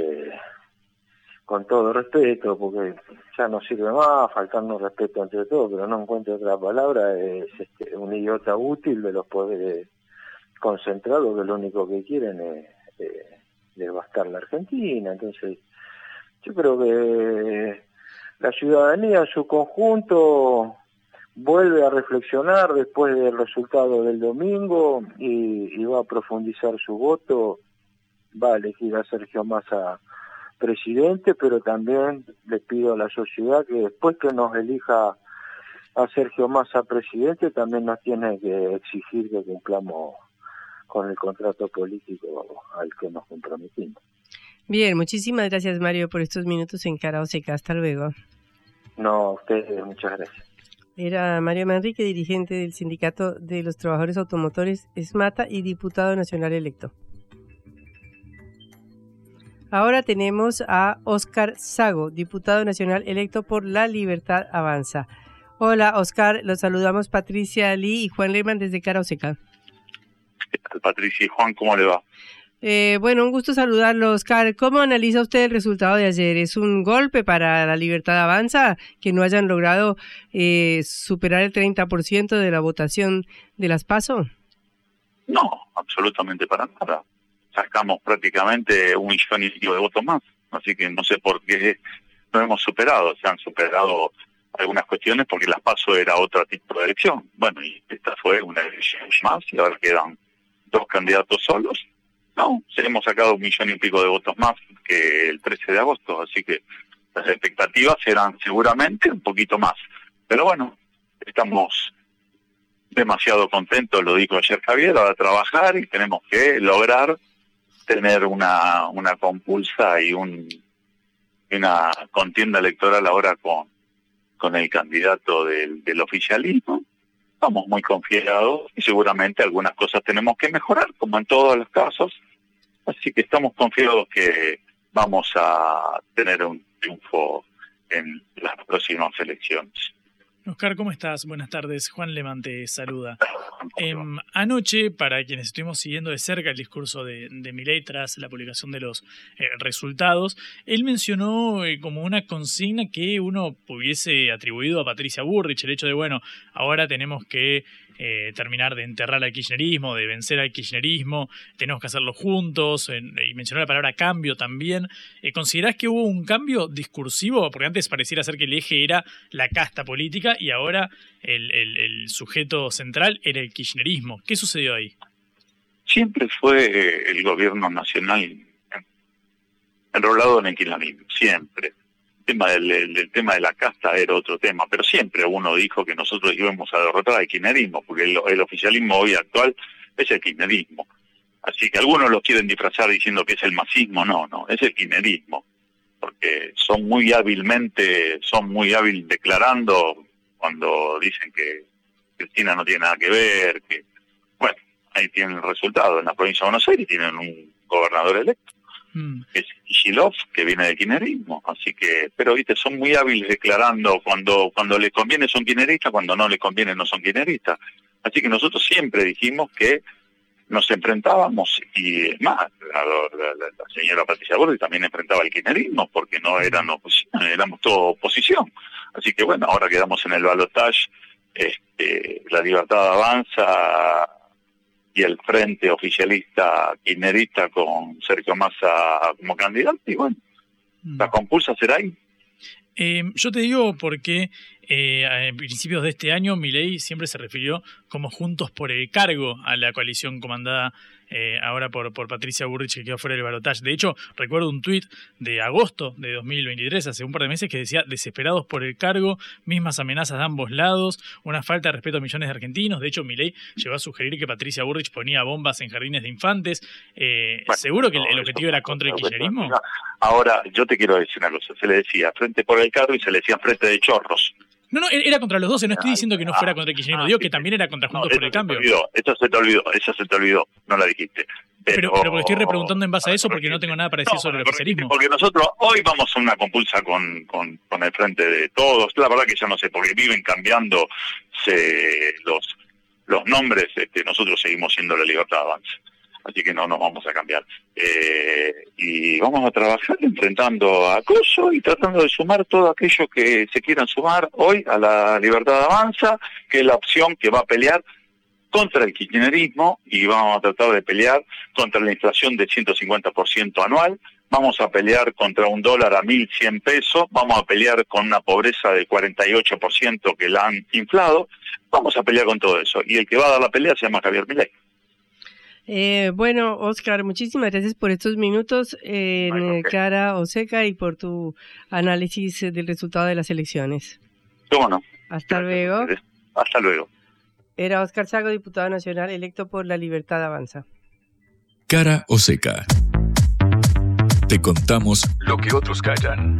Speaker 12: con todo respeto, porque ya no sirve más, faltarnos respeto entre todos, pero no encuentro otra palabra, es un idiota útil de los poderes concentrados que lo único que quieren es devastar la Argentina. Entonces, yo creo que la ciudadanía en su conjunto vuelve a reflexionar después del resultado del domingo y va a profundizar su voto, va a elegir a Sergio Massa presidente, pero también le pido a la sociedad que después que nos elija a Sergio Massa presidente, también nos tiene que exigir que cumplamos con el contrato político al que nos comprometimos.
Speaker 10: Bien, muchísimas gracias Mario por estos minutos en Cara o Seca. Hasta luego.
Speaker 12: No, a ustedes, muchas gracias.
Speaker 10: Era Mario Manrique, dirigente del Sindicato de los Trabajadores Automotores ESMATA y diputado nacional electo. Ahora tenemos a Óscar Sago, diputado nacional electo por La Libertad Avanza. Hola Óscar, los saludamos Patricia Lee y Juan Lehmann desde Cara o Seca.
Speaker 13: ¿Qué tal, Patricia y Juan? ¿Cómo le va?
Speaker 10: Bueno, un gusto saludarlo, Óscar. ¿Cómo analiza usted el resultado de ayer? ¿Es un golpe para La Libertad Avanza que no hayan logrado superar el 30% de la votación de las PASO?
Speaker 13: No, absolutamente para nada. Sacamos prácticamente 1,5 millones de votos más, así que no sé por qué no hemos superado. Se han superado algunas cuestiones porque las PASO era otro tipo de elección. Bueno, y esta fue una elección más y ahora quedan 2 candidatos solos. No, hemos sacado 1,5 millones de votos más que el 13 de agosto, así que las expectativas eran seguramente un poquito más. Pero bueno, estamos demasiado contentos, lo dijo ayer Javier, a trabajar y tenemos que lograr tener una compulsa y una contienda electoral ahora con el candidato del oficialismo. Estamos muy confiados y seguramente algunas cosas tenemos que mejorar, como en todos los casos. Así que estamos confiados que vamos a tener un triunfo en las próximas elecciones.
Speaker 11: Óscar, ¿cómo estás? Buenas tardes. Juan Lehmann te saluda. Anoche, para quienes estuvimos siguiendo de cerca el discurso de Milei tras la publicación de los resultados, él mencionó como una consigna que uno hubiese atribuido a Patricia Bullrich, el hecho de, bueno, ahora tenemos que terminar de enterrar al kirchnerismo, de vencer al kirchnerismo, tenemos que hacerlo juntos, y mencionó la palabra cambio también. ¿Considerás que hubo un cambio discursivo? Porque antes pareciera ser que el eje era la casta política y ahora el sujeto central era el kirchnerismo. ¿Qué sucedió ahí?
Speaker 13: Siempre fue el gobierno nacional enrolado en el kirchnerismo, siempre. El tema de la casta era otro tema, pero siempre uno dijo que nosotros íbamos a derrotar al kirchnerismo, porque el oficialismo hoy actual es el kirchnerismo. Así que algunos lo quieren disfrazar diciendo que es el masismo, no, es el kirchnerismo, porque son muy hábiles declarando cuando dicen que Cristina no tiene nada que ver, que bueno, ahí tienen el resultado. En la provincia de Buenos Aires tienen un gobernador electo, que es Kicillof, que viene del kirchnerismo, así que, pero viste, son muy hábiles declarando cuando les conviene son kirchneristas, cuando no les conviene no son kirchneristas. Así que nosotros siempre dijimos que nos enfrentábamos, y más, la señora Patricia Bullrich también enfrentaba el kirchnerismo, porque no eran oposición, éramos todo oposición. Así que bueno, ahora quedamos en el balotaje, La Libertad Avanza y el Frente Oficialista Kirchnerista con Sergio Massa como candidato, y bueno, la compulsa será ahí.
Speaker 11: Yo te digo porque a principios de este año Milei siempre se refirió como Juntos por el Cargo a la coalición comandada ahora por Patricia Bullrich, que quedó fuera del balotaje. De hecho, recuerdo un tuit de agosto de 2023, hace un par de meses, que decía: desesperados por el cargo, mismas amenazas de ambos lados, una falta de respeto a millones de argentinos. De hecho, Milei llegó a sugerir que Patricia Bullrich ponía bombas en jardines de infantes. Bueno, ¿seguro que el objetivo era contra el kirchnerismo?
Speaker 13: Ahora, yo te quiero decir una cosa. Se le decía Frente por el Cargo y se le decía Frente de Chorros.
Speaker 11: No, era contra los dos, no estoy diciendo que no fuera contra el kirchnerismo, digo que también era contra Juntos por el Cambio.
Speaker 13: Eso se te olvidó, no la dijiste.
Speaker 11: Pero porque estoy repreguntando en base a eso, porque no tengo nada para decir sobre el oficialismo.
Speaker 13: Porque nosotros hoy vamos a una compulsa con el Frente de Todos. La verdad que yo no sé, porque viven cambiando los nombres. Nosotros seguimos siendo La Libertad Avanza, así que no nos vamos a cambiar. Y vamos a trabajar enfrentando a acoso y tratando de sumar todo aquello que se quieran sumar hoy a La Libertad Avanza, que es la opción que va a pelear contra el kirchnerismo, y vamos a tratar de pelear contra la inflación de 150% anual, vamos a pelear contra un dólar a 1.100 pesos, vamos a pelear con una pobreza del 48% que la han inflado, vamos a pelear con todo eso, y el que va a dar la pelea se llama Javier Milei.
Speaker 10: Bueno, Oscar, muchísimas gracias por estos minutos en Cara o Seca y por tu análisis del resultado de las elecciones.
Speaker 13: ¿Cómo no?
Speaker 10: Hasta luego.
Speaker 13: Hasta luego.
Speaker 10: Era Oscar Sago, diputado nacional electo por La Libertad Avanza.
Speaker 9: Cara o Seca. Te contamos lo que otros callan.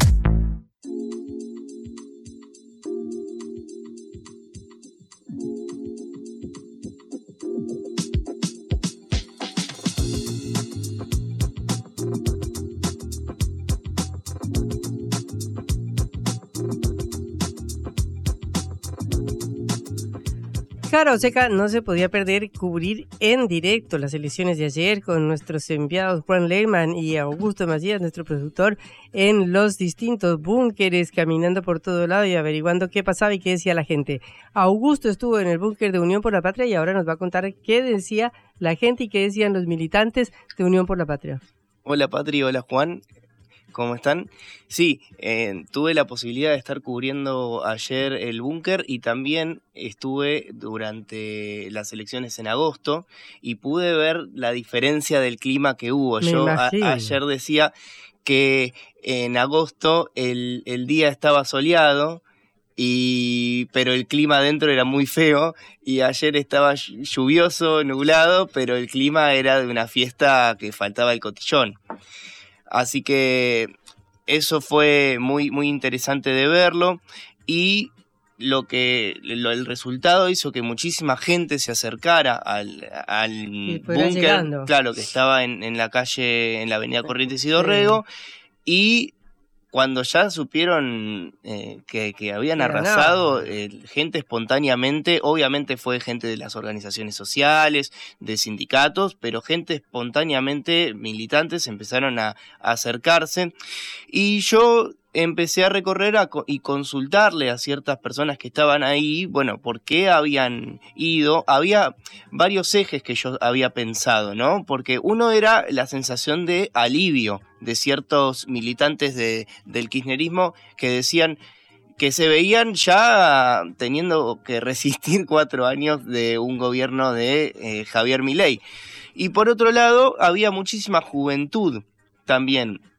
Speaker 10: Cara o Seca no se podía perder cubrir en directo las elecciones de ayer con nuestros enviados Juan Lehmann y Augusto Macías, nuestro productor, en los distintos búnkeres, caminando por todo lado y averiguando qué pasaba y qué decía la gente. Augusto estuvo en el búnker de Unión por la Patria y ahora nos va a contar qué decía la gente y qué decían los militantes de Unión por la Patria.
Speaker 14: Hola Patri, hola Juan. ¿Cómo están? Sí, tuve la posibilidad de estar cubriendo ayer el búnker y también estuve durante las elecciones en agosto y pude ver la diferencia del clima que hubo. Yo ayer decía que en agosto el día estaba soleado, pero el clima adentro era muy feo, y ayer estaba lluvioso, nublado, pero el clima era de una fiesta que faltaba el cotillón. Así que eso fue muy, muy interesante de verlo, y el resultado hizo que muchísima gente se acercara al búnker, claro, que estaba en la calle, en la avenida Corrientes y Dorrego, y cuando ya supieron que habían arrasado, gente espontáneamente, obviamente fue gente de las organizaciones sociales, de sindicatos, pero gente espontáneamente, militantes, empezaron a acercarse. Y yo empecé a recorrer y consultarle a ciertas personas que estaban ahí, bueno, por qué habían ido. Había varios ejes que yo había pensado, ¿no? Porque uno era la sensación de alivio de ciertos militantes del kirchnerismo que decían que se veían ya teniendo que resistir 4 años de un gobierno de Javier Milei. Y por otro lado, había muchísima juventud también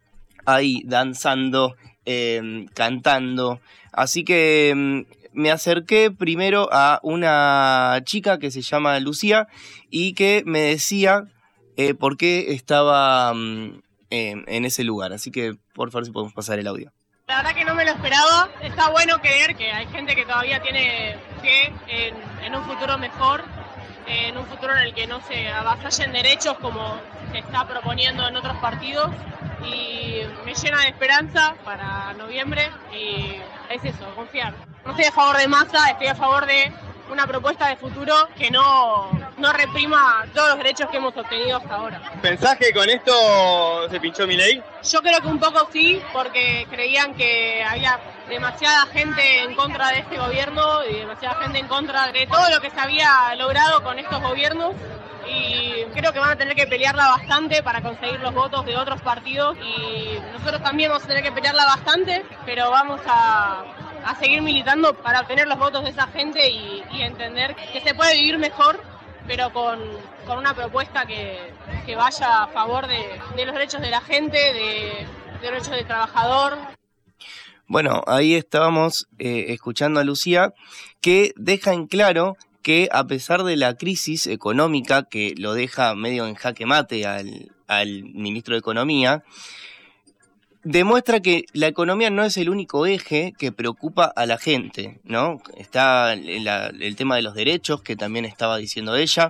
Speaker 14: ahí danzando, cantando. Así que me acerqué primero a una chica que se llama Lucía y que me decía por qué estaba en ese lugar. Así que, por favor, si podemos pasar el audio.
Speaker 15: La verdad que no me lo esperaba. Está bueno creer que hay gente que todavía tiene fe en un futuro mejor, en un futuro en el que no se avasallen derechos como se está proponiendo en otros partidos, y me llena de esperanza para noviembre, y es eso, confiar. No estoy a favor de Massa, estoy a favor de una propuesta de futuro que no reprima todos los derechos que hemos obtenido hasta ahora.
Speaker 16: ¿Pensás que con esto se pinchó Milei?
Speaker 15: Yo creo que un poco sí, porque creían que había demasiada gente en contra de este gobierno y demasiada gente en contra de todo lo que se había logrado con estos gobiernos, y creo que van a tener que pelearla bastante para conseguir los votos de otros partidos, y nosotros también vamos a tener que pelearla bastante, pero vamos a seguir militando para obtener los votos de esa gente y entender que se puede vivir mejor, pero con una propuesta que vaya a favor de los derechos de la gente, de los derechos del trabajador.
Speaker 14: Bueno, ahí estábamos escuchando a Lucía, que deja en claro que a pesar de la crisis económica que lo deja medio en jaque mate al ministro de Economía, demuestra que la economía no es el único eje que preocupa a la gente, ¿no? Está el tema de los derechos, que también estaba diciendo ella,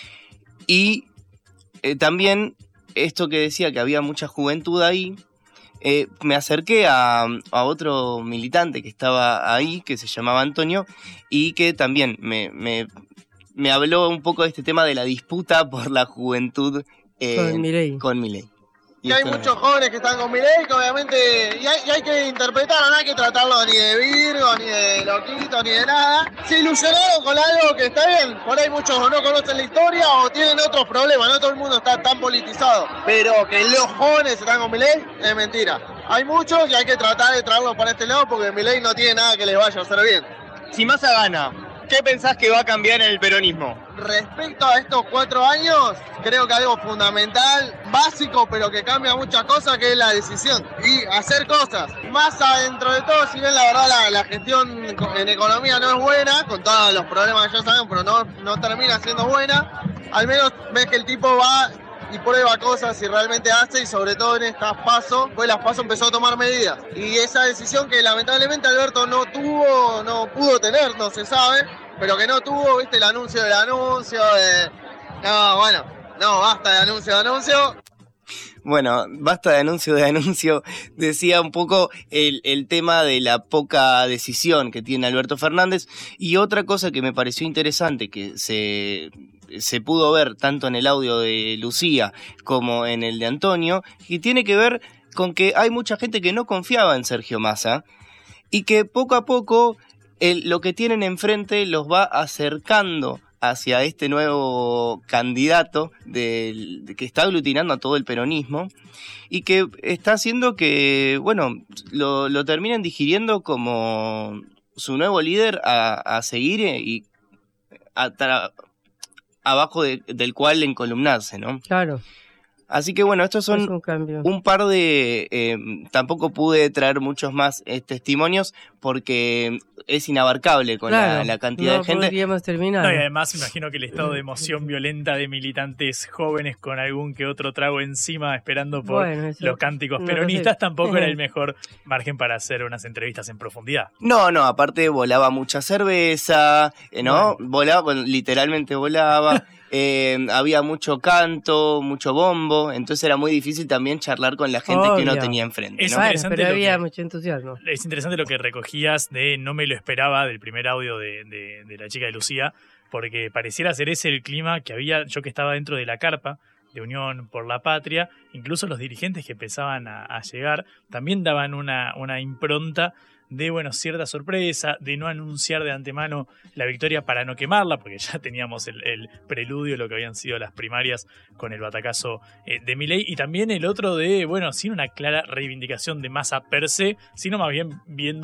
Speaker 14: y también esto que decía que había mucha juventud ahí. Me acerqué a otro militante que estaba ahí, que se llamaba Antonio, y que también me habló un poco de este tema de la disputa por la juventud con Milei.
Speaker 16: Y hay muchos jóvenes que están con Milei, que obviamente, y hay que interpretarlo, no hay que tratarlo ni de virgo, ni de loquito, ni de nada. Se ilusionaron con algo que está bien, por ahí muchos o no conocen la historia o tienen otros problemas, no todo el mundo está tan politizado. Pero que los jóvenes están con Milei es mentira. Hay muchos y hay que tratar de traerlos para este lado porque Milei no tiene nada que les vaya a hacer bien. Si Massa gana, ¿qué pensás que va a cambiar en el peronismo? Respecto a estos 4 años, creo que algo fundamental, básico, pero que cambia muchas cosas, que es la decisión y hacer cosas. Massa, dentro de todo, si bien la verdad la gestión en economía no es buena, con todos los problemas que ya saben, pero no termina siendo buena, al menos ves que el tipo va y prueba cosas y realmente hace, y sobre todo en estas PASO, pues las PASO empezó a tomar medidas. Y esa decisión que lamentablemente Alberto no pudo tener, no se sabe, pero que no tuvo, viste, el anuncio del anuncio, basta de anuncio.
Speaker 14: Bueno, basta de anuncio, decía un poco el tema de la poca decisión que tiene Alberto Fernández. Y otra cosa que me pareció interesante, que se pudo ver tanto en el audio de Lucía como en el de Antonio, y tiene que ver con que hay mucha gente que no confiaba en Sergio Massa y que poco a poco lo que tienen enfrente los va acercando hacia este nuevo candidato que está aglutinando a todo el peronismo y que está haciendo que, bueno, lo terminen digiriendo como su nuevo líder a seguir y abajo del cual encolumnarse, ¿no?
Speaker 10: Claro.
Speaker 14: Así que bueno, estos son un par de... tampoco pude traer muchos más testimonios porque es inabarcable con la cantidad de gente.
Speaker 10: Podríamos terminar.
Speaker 11: No, y además me imagino que el estado de emoción violenta de militantes jóvenes con algún que otro trago encima esperando por los cánticos peronistas tampoco era el mejor margen para hacer unas entrevistas en profundidad.
Speaker 14: No, aparte volaba mucha cerveza, ¿no? Volaba, literalmente volaba. Había mucho canto, mucho bombo, entonces era muy difícil también charlar con la gente que uno tenía enfrente, ¿no?
Speaker 10: Pero había mucho entusiasmo.
Speaker 11: Es interesante lo que recogías de no me lo esperaba del primer audio de la chica de Lucía, porque pareciera ser ese el clima que había, yo que estaba dentro de la carpa de Unión por la Patria, incluso los dirigentes que empezaban a llegar también daban una impronta de, cierta sorpresa, de no anunciar de antemano la victoria para no quemarla, porque ya teníamos el preludio de lo que habían sido las primarias con el batacazo de Milei, y también el otro de, sin una clara reivindicación de Massa per se, sino más bien viendo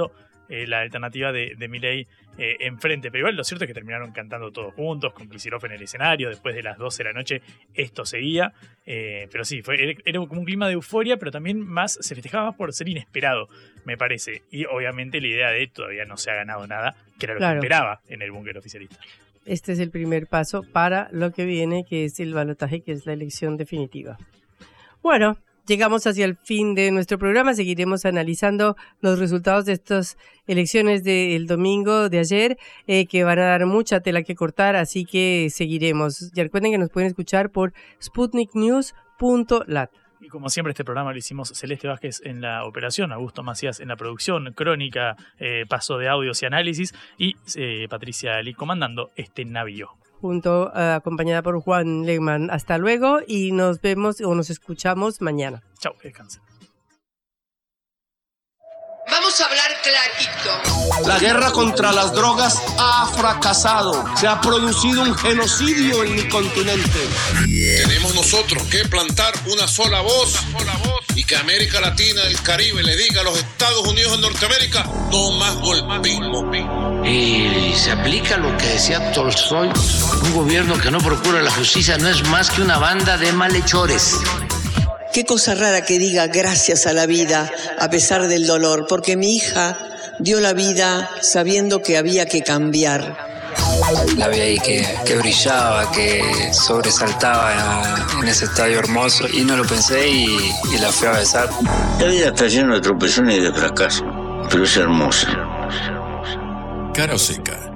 Speaker 11: la alternativa de Milei enfrente. Pero igual lo cierto es que terminaron cantando todos juntos, con Kicillof en el escenario. Después de las 12 de la noche esto seguía. Pero sí, era como un clima de euforia, pero también se festejaba más por ser inesperado, me parece. Y obviamente la idea de todavía no se ha ganado nada, que era lo que esperaba en el búnker oficialista.
Speaker 10: Este es el primer paso para lo que viene, que es el balotaje, que es la elección definitiva. Bueno, llegamos hacia el fin de nuestro programa. Seguiremos analizando los resultados de estas elecciones del domingo de ayer, que van a dar mucha tela que cortar, así que seguiremos. Ya recuerden que nos pueden escuchar por sputniknews.lat.
Speaker 11: Y como siempre, este programa lo hicimos Celeste Vázquez en la operación, Augusto Macías en la producción, crónica, paso de audios y análisis, y Patricia Lee comandando este navío.
Speaker 10: Acompañada por Juan Legman. Hasta luego y nos vemos o nos escuchamos mañana.
Speaker 11: Chau, que descansen.
Speaker 3: Vamos a hablar clarito.
Speaker 17: La guerra contra las drogas ha fracasado. Se ha producido un genocidio en mi continente.
Speaker 18: Tenemos nosotros que plantar una sola voz y que América Latina y el Caribe le diga a los Estados Unidos de Norteamérica: no más golpismo.
Speaker 19: Y se aplica lo que decía Tolstoy: un gobierno que no procura la justicia no es más que una banda de malhechores.
Speaker 20: Qué cosa rara que diga gracias a la vida a pesar del dolor, porque mi hija dio la vida sabiendo que había que cambiar.
Speaker 21: La vi ahí que brillaba, que sobresaltaba en ese estadio hermoso, y no lo pensé y la fui a besar.
Speaker 22: La vida está llena de tropezones y de fracasos, pero es hermosa.
Speaker 9: Cara o Seca.